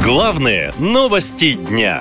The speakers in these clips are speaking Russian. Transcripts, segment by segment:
Главные новости дня.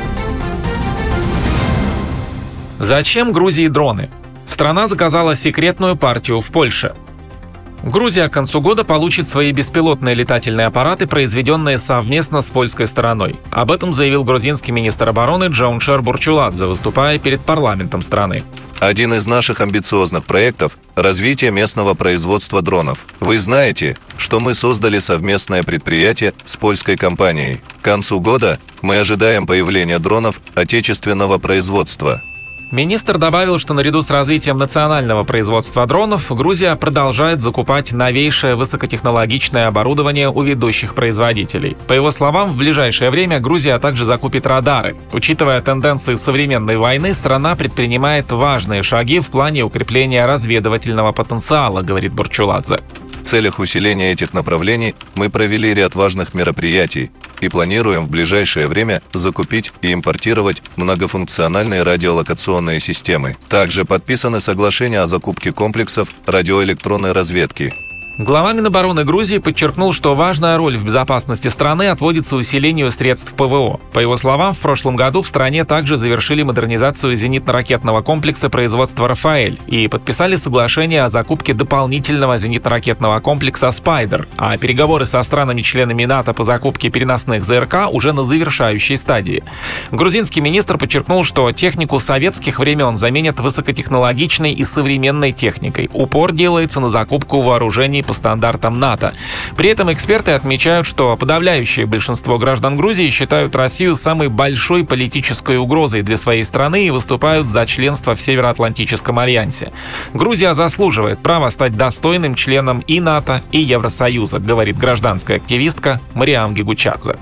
Зачем Грузии дроны? Страна заказала секретную партию в Польше. Грузия к концу года получит свои беспилотные летательные аппараты, произведенные совместно с польской стороной. Об этом заявил грузинский министр обороны Джауншер Бурчуладзе, выступая перед парламентом страны. Один из наших амбициозных проектов – развитие местного производства дронов. Вы знаете, что мы создали совместное предприятие с польской компанией. К концу года мы ожидаем появления дронов отечественного производства. Министр добавил, что наряду с развитием национального производства дронов, Грузия продолжает закупать новейшее высокотехнологичное оборудование у ведущих производителей. По его словам, в ближайшее время Грузия также закупит радары. Учитывая тенденции современной войны, страна предпринимает важные шаги в плане укрепления разведывательного потенциала, говорит Бурчуладзе. В целях усиления этих направлений мы провели ряд важных мероприятий и планируем в ближайшее время закупить и импортировать многофункциональные радиолокационные системы. Также подписаны соглашения о закупке комплексов радиоэлектронной разведки. Глава Минобороны Грузии подчеркнул, что важная роль в безопасности страны отводится усилению средств ПВО. По его словам, в прошлом году в стране также завершили модернизацию зенитно-ракетного комплекса производства «Рафаэль» и подписали соглашение о закупке дополнительного зенитно-ракетного комплекса «Спайдер», а переговоры со странами-членами НАТО по закупке переносных ЗРК уже на завершающей стадии. Грузинский министр подчеркнул, что технику советских времен заменят высокотехнологичной и современной техникой. Упор делается на закупку вооружений по стандартам НАТО. При этом эксперты отмечают, что подавляющее большинство граждан Грузии считают Россию самой большой политической угрозой для своей страны и выступают за членство в Североатлантическом альянсе. Грузия заслуживает права стать достойным членом и НАТО, и Евросоюза, говорит гражданская активистка Мариам Гигучадзе.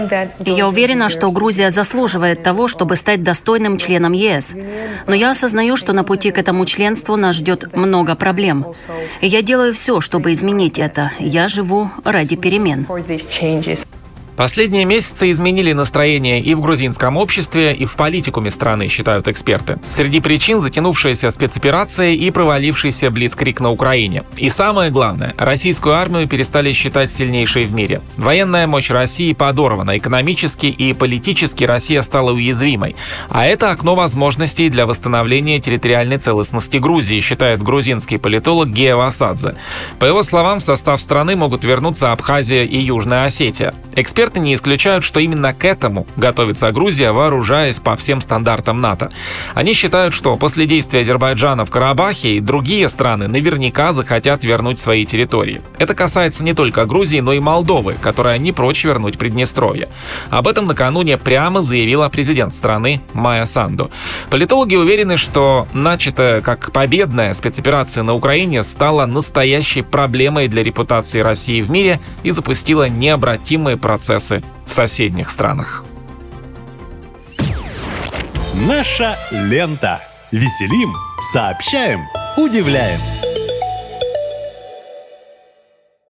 Я уверена, что Грузия заслуживает того, чтобы стать достойным членом ЕС. Но я осознаю, что на пути к этому членству нас ждет много проблем. И я делаю все, чтобы изменить это. Я живу ради перемен. Последние месяцы изменили настроение и в грузинском обществе, и в политикуме страны, считают эксперты. Среди причин затянувшаяся спецоперация и провалившийся блицкриг на Украине. И самое главное, российскую армию перестали считать сильнейшей в мире. Военная мощь России подорвана, экономически и политически Россия стала уязвимой. А это окно возможностей для восстановления территориальной целостности Грузии, считает грузинский политолог Гея Васадзе. По его словам, в состав страны могут вернуться Абхазия и Южная Осетия. Эксперты не исключают, что именно к этому готовится Грузия, вооружаясь по всем стандартам НАТО. Они считают, что после действий Азербайджана в Карабахе и другие страны наверняка захотят вернуть свои территории. Это касается не только Грузии, но и Молдовы, которая не прочь вернуть Приднестровье. Об этом накануне прямо заявила президент страны Майя Санду. Политологи уверены, что начатая как победная спецоперация на Украине стала настоящей проблемой для репутации России в мире и запустила необратимые процессы в соседних странах. Наша лента. Веселим, сообщаем, удивляем.